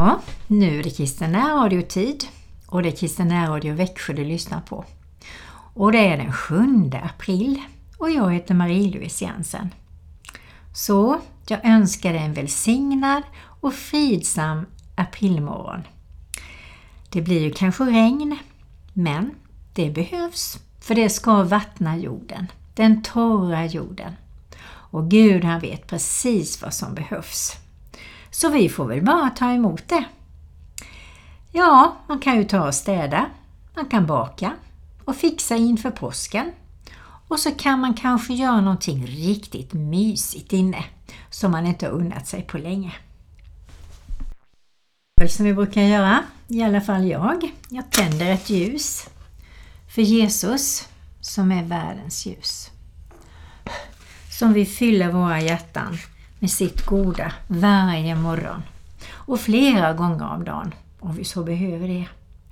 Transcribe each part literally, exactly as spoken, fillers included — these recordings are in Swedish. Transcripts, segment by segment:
Ja, nu är det Kristen närradiotid och det är Kristen närradio Växjö du lyssnar på. Och det är den sjunde april och jag heter Marie-Louise Jensen. Så jag önskar dig en välsignad och fridsam aprilmorgon. Det blir ju kanske regn, men det behövs för det ska vattna jorden, den torra jorden. Och Gud han vet precis vad som behövs. Så vi får väl bara ta emot det. Ja, man kan ju ta och städa, man kan baka och fixa inför påsken. Och så kan man kanske göra någonting riktigt mysigt inne som man inte har unnat sig på länge. Som vi brukar göra, i alla fall jag, jag tänder ett ljus för Jesus som är världens ljus. Som vi fyller våra hjärtan med sitt goda varje morgon och flera gånger om dagen om vi så behöver det.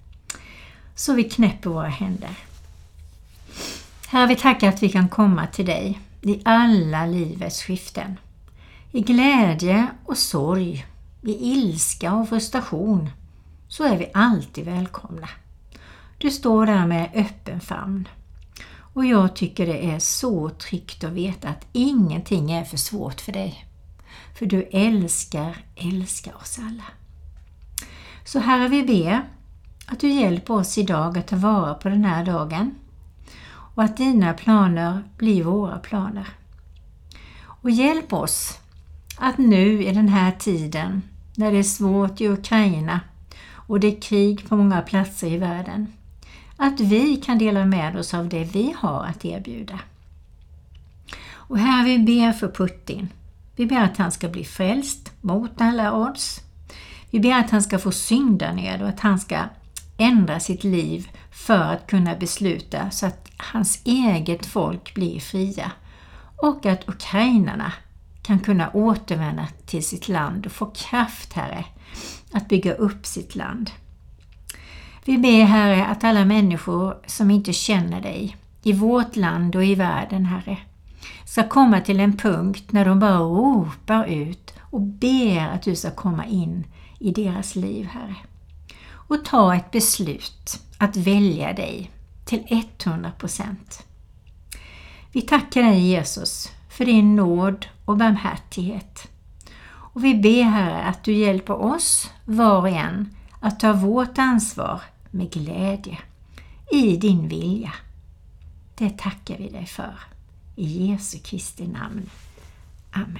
Så vi knäpper våra händer. Herre, vi tackar att vi kan komma till dig i alla livets skiften. I glädje och sorg, i ilska och frustration så är vi alltid välkomna. Du står där med öppen famn. Och jag tycker det är så tryggt att veta att ingenting är för svårt för dig. För du älskar, älskar oss alla. Så Herre, vi ber att du hjälper oss idag att ta vara på den här dagen. Och att dina planer blir våra planer. Och hjälp oss att nu i den här tiden när det är svårt i Ukraina och det är krig på många platser i världen, att vi kan dela med oss av det vi har att erbjuda. Och här vi ber för Putin. Vi ber att han ska bli frälst mot alla odds. Vi ber att han ska få synda ner och att han ska ändra sitt liv för att kunna besluta så att hans eget folk blir fria. Och att ukrainarna kan kunna återvända till sitt land och få kraft, Herre, att bygga upp sitt land. Vi ber, Herre, att alla människor som inte känner dig i vårt land och i världen, Herre, ska komma till en punkt när de bara ropar ut och ber att du ska komma in i deras liv, Herre. Och ta ett beslut att välja dig till hundra procent. Vi tackar dig, Jesus, för din nåd och barmhärtighet. Och vi ber, Herre, att du hjälper oss var och en att ta vårt ansvar med glädje i din vilja. Det tackar vi dig för. I Jesu Kristi namn. Amen.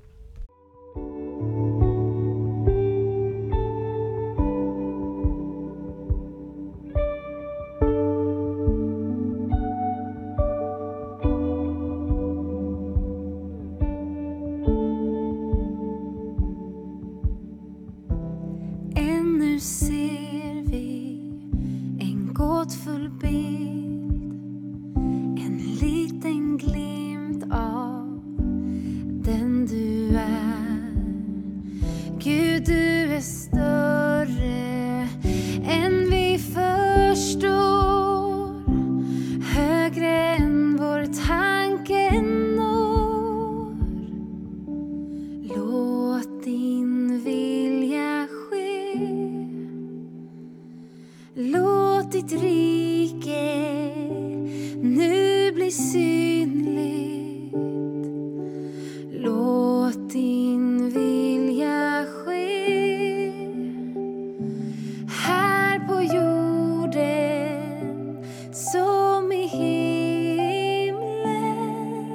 Ännu ser vi en gåtfull bild, en liten glimt av den du är. Gud, du är större än vi förstår, högre än vår tanke når. Låt din vilja ske, låt ditt rike nu bli synligt. Låt din vilja ske här på jorden som i himlen.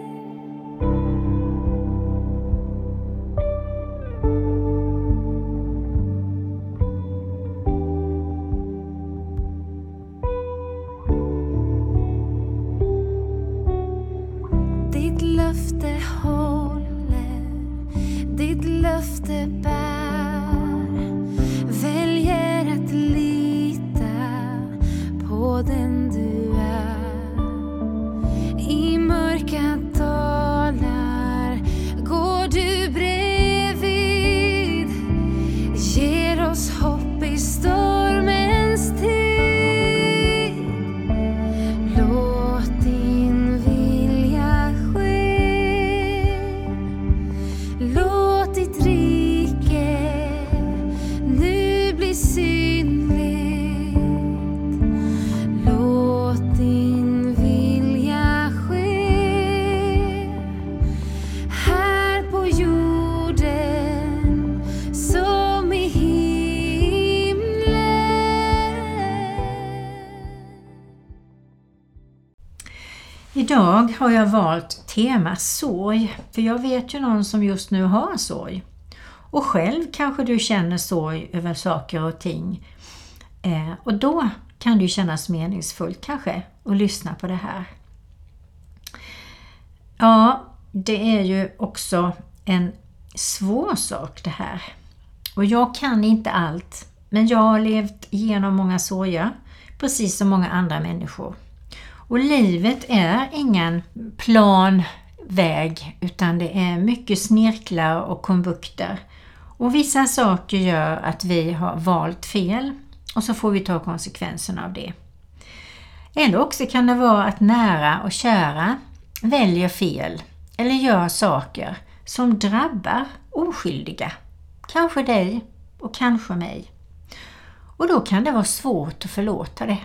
Ditt löfte håller, ditt löfte bär. Väljer att lita på den du är. I mörka dalar går du bredvid, ger oss hopp i stormens tid. Låt din vilja ske, låt ditt rike nu Idag har jag valt tema sorg, för jag vet ju någon som just nu har sorg. Och själv kanske du känner sorg över saker och ting. Eh, och då kan det kännas meningsfullt kanske att lyssna på det här. Ja, det är ju också en svår sak det här. Och jag kan inte allt, men jag har levt igenom många sorger, precis som många andra människor. Och livet är ingen plan väg, utan det är mycket snirklar och konvukter. Och vissa saker gör att vi har valt fel och så får vi ta konsekvenserna av det. Eller också kan det vara att nära och kära väljer fel eller gör saker som drabbar oskyldiga. Kanske dig och kanske mig. Och då kan det vara svårt att förlåta det.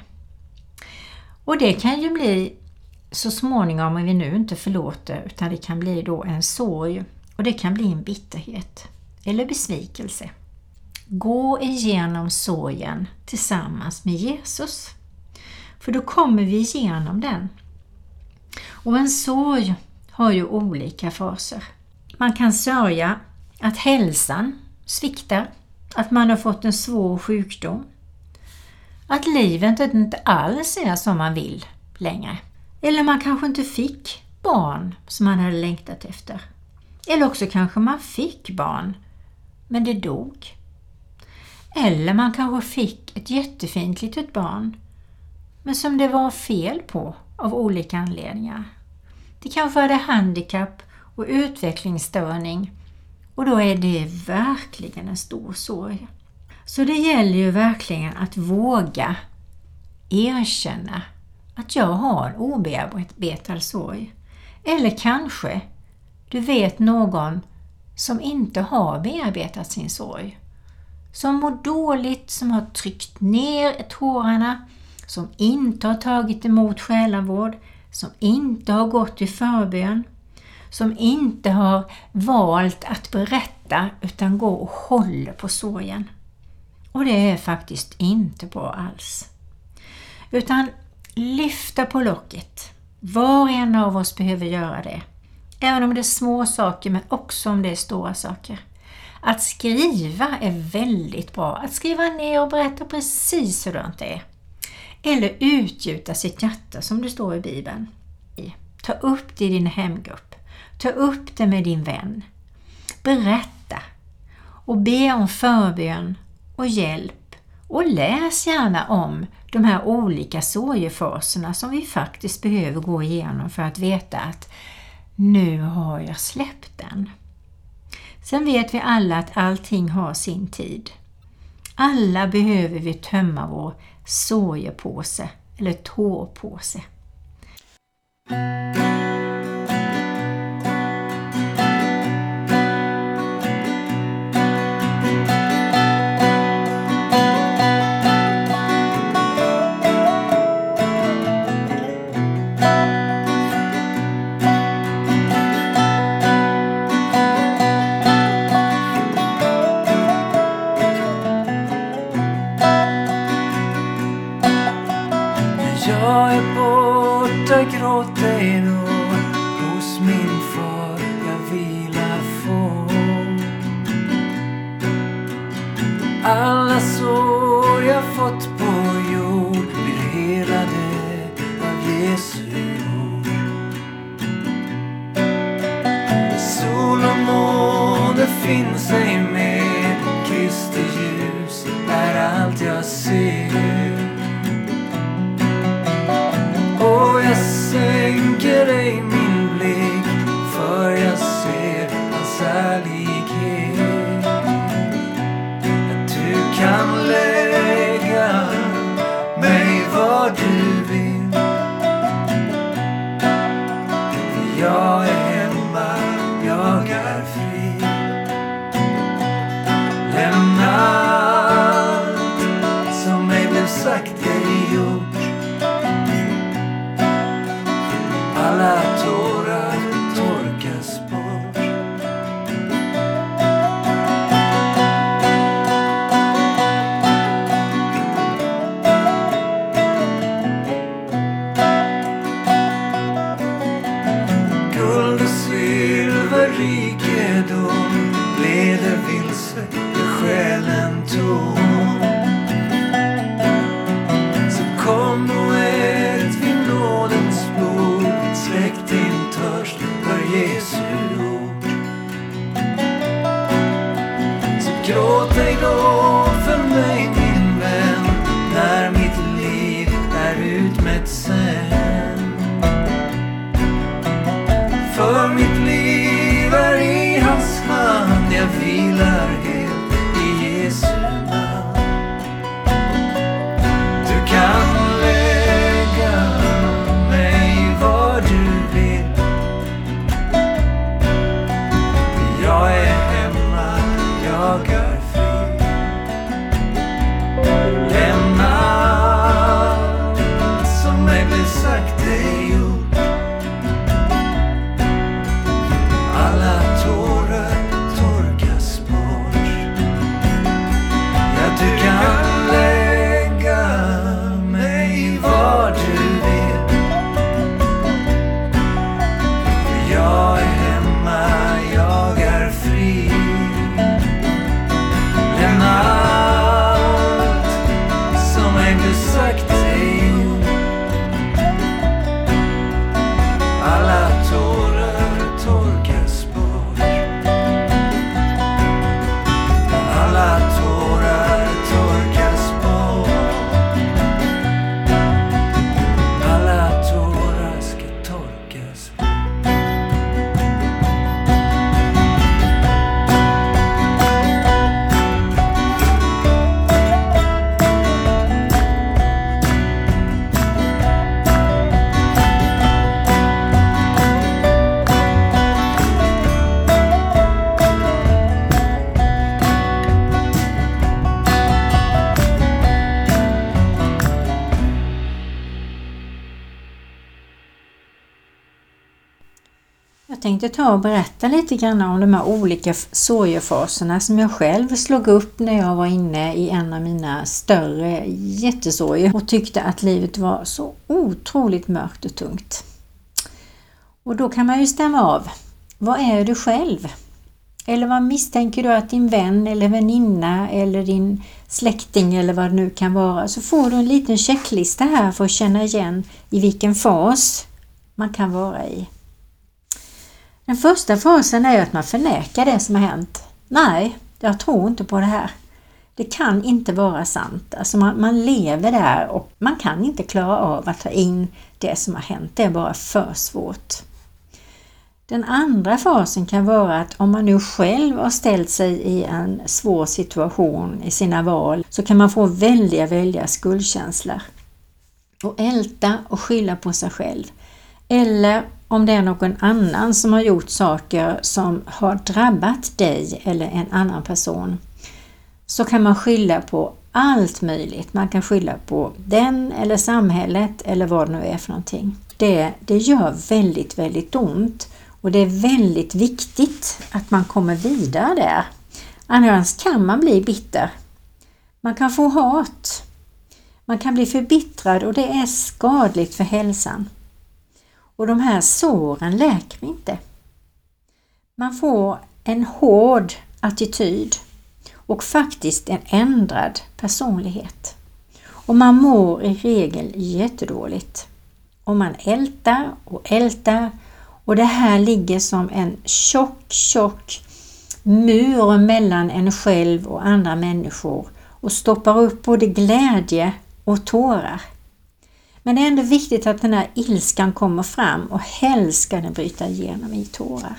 Och det kan ju bli så småningom, om vi nu inte förlåter, utan det kan bli då en sorg och det kan bli en bitterhet eller besvikelse. Gå igenom sorgen tillsammans med Jesus. För då kommer vi igenom den. Och en sorg har ju olika faser. Man kan sörja att hälsan sviktar, att man har fått en svår sjukdom, att livet inte alls är som man vill längre. Eller man kanske inte fick barn som man hade längtat efter. Eller också kanske man fick barn, men det dog. Eller man kanske fick ett jättefint litet barn, men som det var fel på av olika anledningar. Det kanske hade handikapp och utvecklingsstörning, och då är det verkligen en stor sorg. Så det gäller ju verkligen att våga erkänna att jag har obearbetad sorg. Eller kanske du vet någon som inte har bearbetat sin sorg. Som mår dåligt, som har tryckt ner tårarna, som inte har tagit emot själavård, som inte har gått i förbön, som inte har valt att berätta utan gå och håller på sorgen. Och det är faktiskt inte bra alls. Utan lyfta på locket. Var och en av oss behöver göra det. Även om det är små saker, men också om det är stora saker. Att skriva är väldigt bra. Att skriva ner och berätta precis hur det är. Eller utgjuta sitt hjärta, som det står i Bibeln. Ta upp det i din hemgrupp. Ta upp det med din vän. Berätta. Och be om förbön och hjälp. Och läs gärna om de här olika sorgefaserna som vi faktiskt behöver gå igenom för att veta att nu har jag släppt den. Sen vet vi alla att allting har sin tid. Alla behöver vi tömma vår sorgepåse eller tårpåse. Jag är borta, gråter och hos min far jag vilar få. Alla sår jag fått på jord blir helade av Jesu ord. Sol och måne finns ej med, Kristi ljus är allt jag ser. Och jag sänker ej min blick, för jag ser hans ärlighet. Att du kan lägga mig var du vill. Jag är hemma, jag är fri. Lämna allt som mig blev sagt är gjort. Alla tårar torkas bort. för rikedom leder vilse med själen tom. Så kom och ät vid nådens bord, släck din törst för Jesu ord. Så gråt dig då för mig min vän, när mitt liv är utmätt sen. För mitt liv är i hans hand, jag vilar helt i Jesu namn. Du kan lägga mig var du vill, jag är hemma, jag är fri. Lämna allt som mig blev sagt är gjort. Alla tårar torkas bort. Ja, du kan lägga mig var du vill. Jag är hemma, jag är fri. Lämna allt som mig blev sagt är gjort. Alla tårar torkas bort. Alla tårar torkas bort. Alla tårar ska torkas bort. Jag tänkte ta och berätta lite grann om de här olika sorgefaserna som jag själv slog upp när jag var inne i en av mina större jättesorger och tyckte att livet var så otroligt mörkt och tungt. Och då kan man ju stämma av. Vad är du själv? Eller vad misstänker du att din vän eller väninna eller din släkting eller vad det nu kan vara, så får du en liten checklista här för att känna igen i vilken fas man kan vara i. Den första fasen är att man förnekar det som har hänt. Nej, jag tror inte på det här. Det kan inte vara sant. Alltså man, man lever där och man kan inte klara av att ta in det som har hänt. Det är bara för svårt. Den andra fasen kan vara att om man nu själv har ställt sig i en svår situation i sina val, så kan man få väldiga, väldiga skuldkänslor. Och älta och skylla på sig själv. Eller om det är någon annan som har gjort saker som har drabbat dig eller en annan person, så kan man skylla på allt möjligt. Man kan skylla på den eller samhället eller vad det nu är för någonting. Det, det gör väldigt, väldigt ont. Och det är väldigt viktigt att man kommer vidare där. Annars kan man bli bitter. Man kan få hat. Man kan bli förbittrad och det är skadligt för hälsan. Och de här såren läker inte. Man får en hård attityd och faktiskt en ändrad personlighet. Och man mår i regel jättedåligt. Och man ältar och ältar. Och det här ligger som en tjock, tjock mur mellan en själv och andra människor. Och stoppar upp både glädje och tårar. Men det är ändå viktigt att den här ilskan kommer fram och helst ska den bryta igenom i tårar.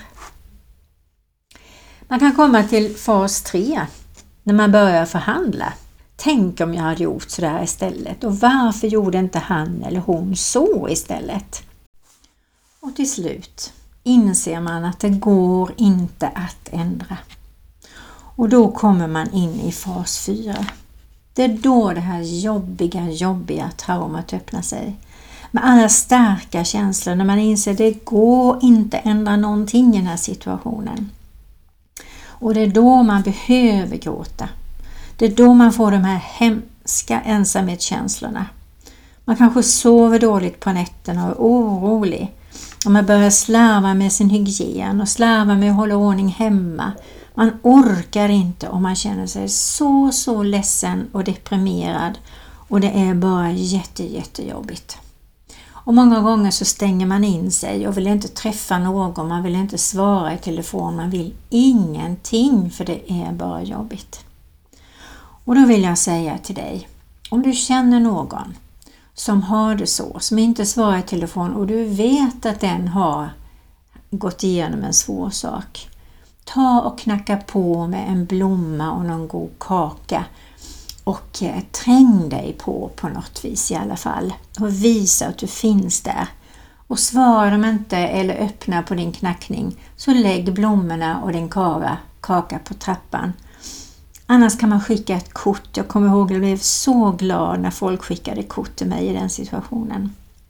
Man kan komma till fas tre när man börjar förhandla. Tänk om jag hade gjort så där istället, och varför gjorde inte han eller hon så istället? Och till slut inser man att det går inte att ändra. Och då kommer man in i fas fyra. Det är då det här jobbiga, jobbiga traumat öppnar sig. Med alla starka känslor när man inser att det går inte att ändra någonting i den här situationen. Och det är då man behöver gråta. Det är då man får de här hemska ensamhetskänslorna. Man kanske sover dåligt på nätterna och är orolig. Och man börjar slarva med sin hygien och slarva med att hålla ordning hemma. Man orkar inte och man känner sig så, så ledsen och deprimerad. Och det är bara jätte, jättejobbigt. Och många gånger så stänger man in sig och vill inte träffa någon. Man vill inte svara i telefon. Man vill ingenting för det är bara jobbigt. Och då vill jag säga till dig. Om du känner någon som har det så. Som inte svarar i telefon och du vet att den har gått igenom en svår sak. Ta och knacka på med en blomma och någon god kaka. Och eh, träng dig på på något vis i alla fall. Och visa att du finns där. Och svarar de inte eller öppnar på din knackning så lägg blommorna och din kava, kaka på trappan. Annars kan man skicka ett kort. Jag kommer ihåg att jag blev så glad när folk skickade kort till mig i den situationen.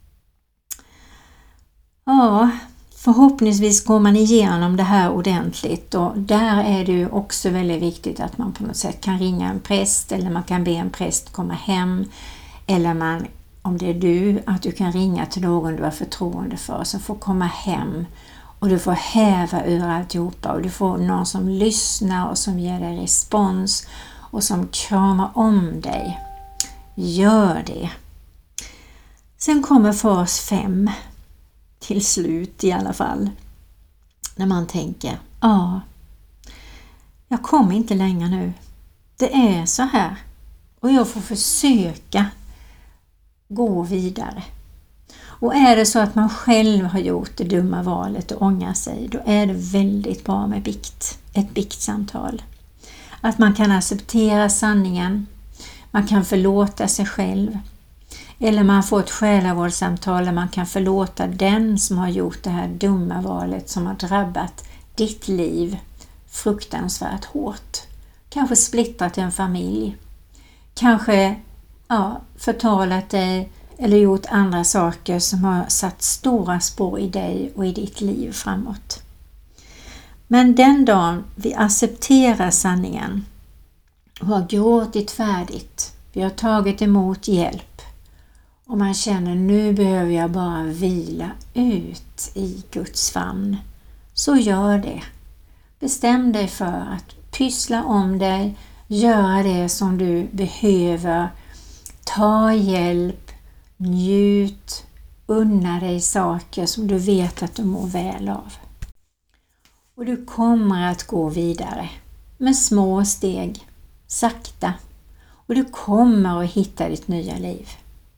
Ja, förhoppningsvis går man igenom det här ordentligt. Och där är det ju också väldigt viktigt att man på något sätt kan ringa en präst. Eller man kan be en präst komma hem. Eller man, om det är du, att du kan ringa till någon du har förtroende för som får komma hem. Och du får häva ur alltihopa och du får någon som lyssnar och som ger dig respons och som kramar om dig. Gör det. Sen kommer fas fem till slut i alla fall. När man tänker, ja, jag kommer inte längre nu. Det är så här och jag får försöka gå vidare. Och är det så att man själv har gjort det dumma valet och ångrar sig, då är det väldigt bra med bikt, ett biktsamtal. Att man kan acceptera sanningen, man kan förlåta sig själv. Eller man får ett själavårdssamtal där man kan förlåta den som har gjort det här dumma valet som har drabbat ditt liv fruktansvärt hårt. Kanske splittrat en familj, kanske ja, förtalat dig eller gjort andra saker som har satt stora spår i dig och i ditt liv framåt. Men den dagen vi accepterar sanningen och har gråtit färdigt, vi har tagit emot hjälp och man känner nu behöver jag bara vila ut i Guds famn, så gör det. Bestäm dig för att pyssla om dig, göra det som du behöver, ta hjälp, njut, unna dig saker som du vet att du mår väl av. Och du kommer att gå vidare med små steg, sakta. Och du kommer att hitta ditt nya liv.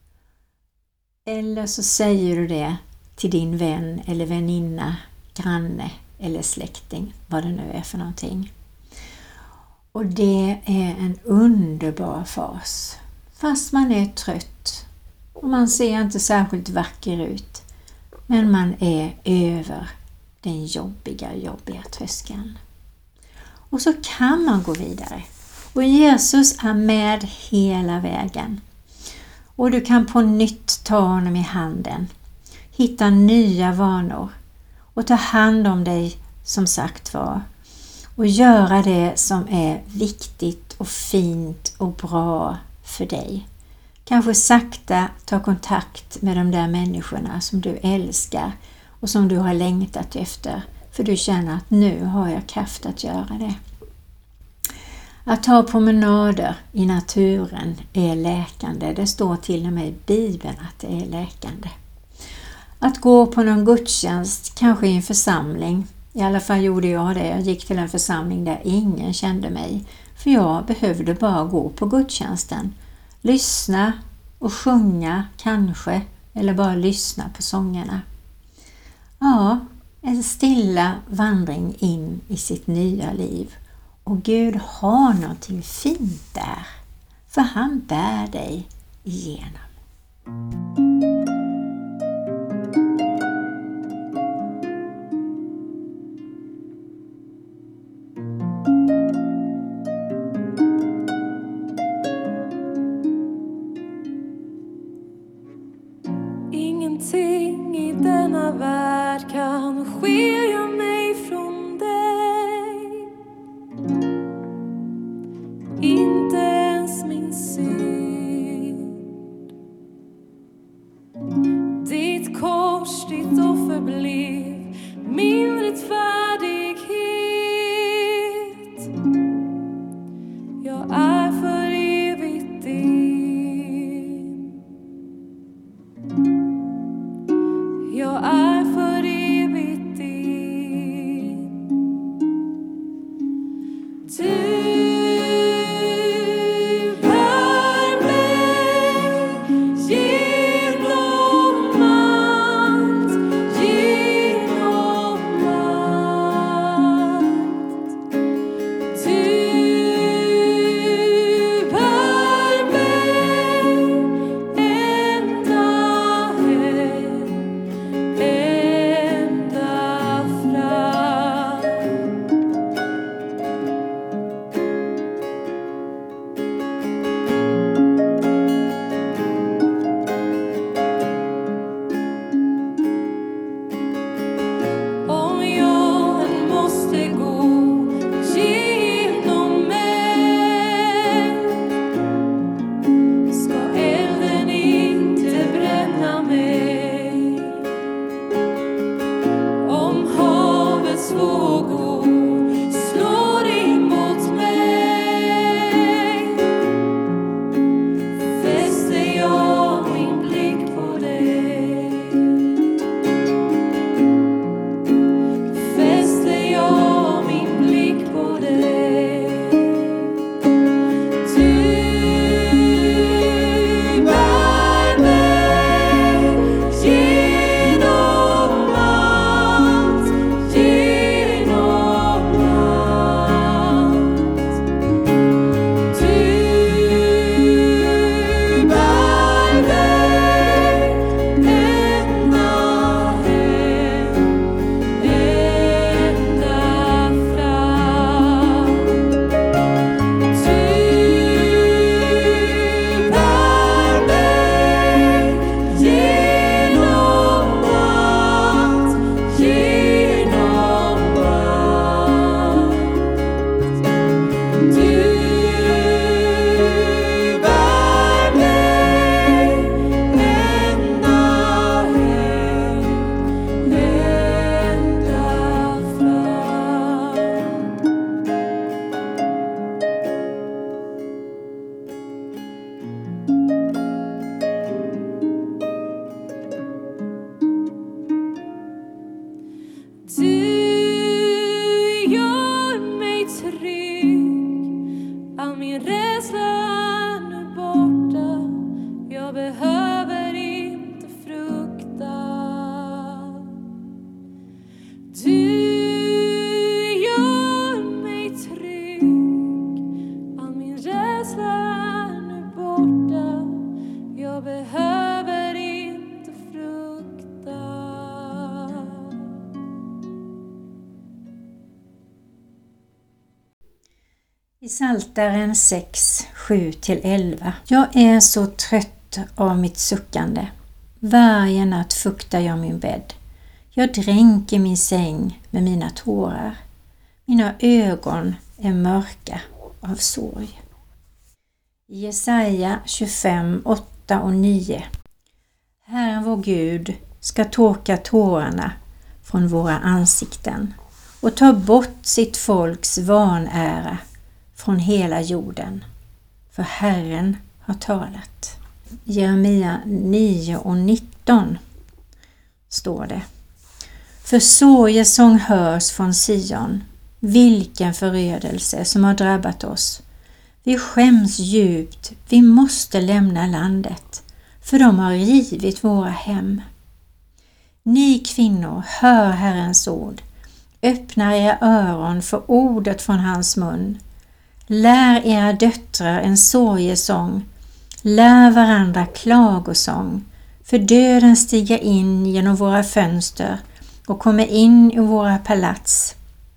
Eller så säger du det till din vän eller väninna, granne eller släkting, vad det nu är för någonting. Och det är en underbar fas. Fast man är trött. Och man ser inte särskilt vacker ut. Men man är över den jobbiga, jobbiga tröskeln. Och så kan man gå vidare. Och Jesus är med hela vägen. Och du kan på nytt ta honom i handen. Hitta nya vanor. Och ta hand om dig som sagt var. Och göra det som är viktigt och fint och bra för dig. Kanske sakta ta kontakt med de där människorna som du älskar och som du har längtat efter. För du känner att nu har jag kraft att göra det. Att ta promenader i naturen är läkande. Det står till och med i Bibeln att det är läkande. Att gå på någon gudstjänst, kanske i en församling. I alla fall gjorde jag det. Jag gick till en församling där ingen kände mig. För jag behövde bara gå på gudstjänsten. Lyssna och sjunga kanske. Eller bara lyssna på sångerna. Ja, en stilla vandring in i sitt nya liv. Och Gud har någonting fint där. För han bär dig igenom. Ingenting i denna värld kan skilja mig från dig. Inte ens min synd. I Psaltaren sex, sju till elva. Jag är så trött av mitt suckande. Varje natt fuktar jag min bädd. Jag dränker min säng med mina tårar. Mina ögon är mörka av sorg. I Jesaja tjugofem, åtta och nio. Herren vår Gud ska torka tårarna från våra ansikten och ta bort sitt folks vanära från hela jorden. För Herren har talat. Jeremia nio och nitton står det. För sorgesång hörs från Sion. Vilken förödelse som har drabbat oss. Vi skäms djupt, vi måste lämna landet, för de har rivit våra hem. Ni kvinnor, hör Herrens ord. Öppna era öron för ordet från hans mun. Lär era döttrar en sorgesång. Lär varandra klagosång. För döden stiger in genom våra fönster och kommer in i våra palats.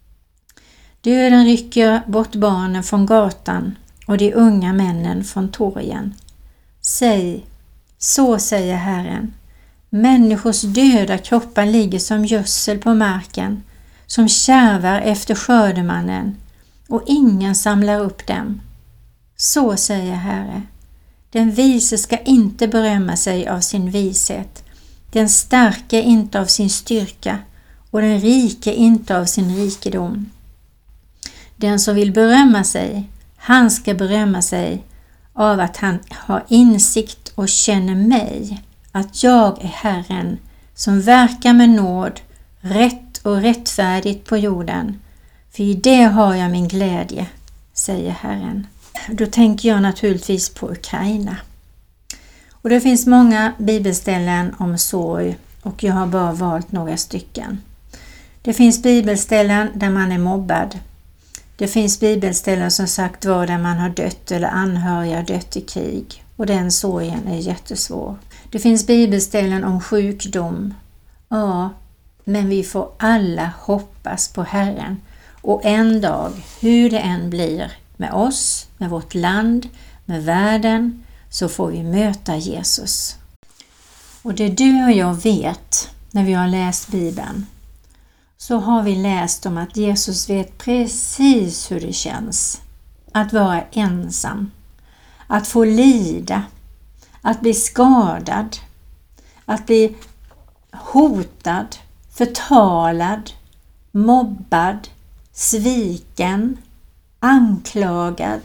Döden rycker bort barnen från gatan och de unga männen från torgen. Säg, så säger Herren. Människors döda kroppar ligger som gödsel på marken, som kärvar efter skördemannen, och ingen samlar upp dem. Så säger Herre. Den vise ska inte berömma sig av sin vishet, den starke inte av sin styrka och den rike inte av sin rikedom. Den som vill berömma sig, han ska berömma sig av att han har insikt och känner mig, att jag är Herren som verkar med nåd, rätt och rättfärdigt på jorden. För i det har jag min glädje, säger Herren. Då tänker jag naturligtvis på Ukraina. Och det finns många bibelställen om sorg och jag har bara valt några stycken. Det finns bibelställen där man är mobbad. Det finns bibelställen som sagt var där man har dött eller anhöriga dött i krig. Och den sorgen är jättesvår. Det finns bibelställen om sjukdom. Ja, men vi får alla hoppas på Herren. Och en dag, hur det än blir med oss, med vårt land, med världen, så får vi möta Jesus. Och det du och jag vet när vi har läst Bibeln, så har vi läst om att Jesus vet precis hur det känns att vara ensam, att få lida, att bli skadad, att bli hotad, förtalad, mobbad, sviken, anklagad,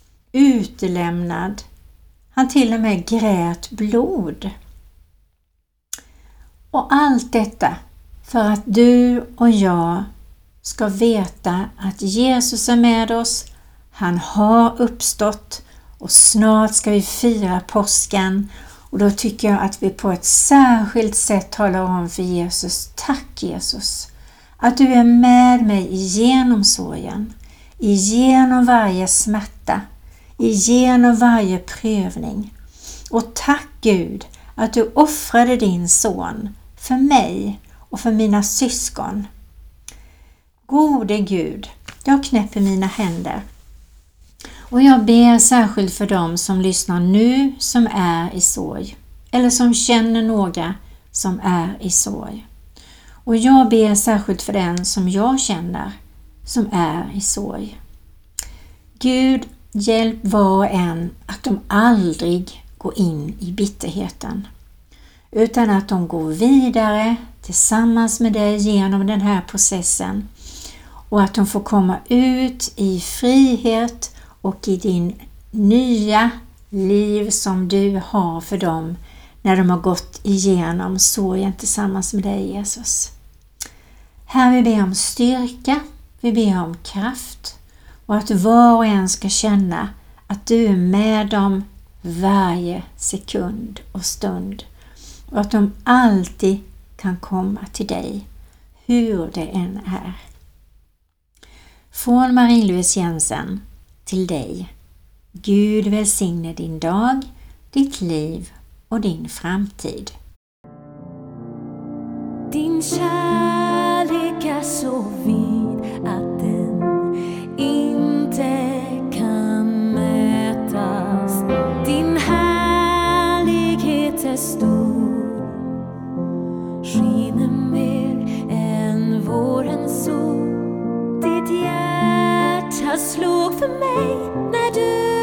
utelämnad. Han till och med grät blod. Och allt detta för att du och jag ska veta att Jesus är med oss. Han har uppstått och snart ska vi fira påsken. Och då tycker jag att vi på ett särskilt sätt talar om för Jesus. Tack Jesus, att du är med mig igenom sorgen, igenom varje smärta, igenom varje prövning. Och tack Gud att du offrade din son för mig och för mina syskon. Gode Gud, jag knäpper mina händer. Och jag ber särskilt för dem som lyssnar nu som är i sorg. Eller som känner några som är i sorg. Och jag ber särskilt för den som jag känner som är i sorg. Gud, hjälp var och en att de aldrig går in i bitterheten. Utan att de går vidare tillsammans med dig genom den här processen. Och att de får komma ut i frihet och i din nya liv som du har för dem när de har gått igenom sorgen tillsammans med dig Jesus. Här vi ber om styrka, vi ber om kraft och att var och en ska känna att du är med dem varje sekund och stund. Och att de alltid kan komma till dig, hur det än är. Från Marie-Louise Jensen till dig. Gud välsigne din dag, ditt liv och din framtid. Din kärlek är så vid att den inte slog för mig när du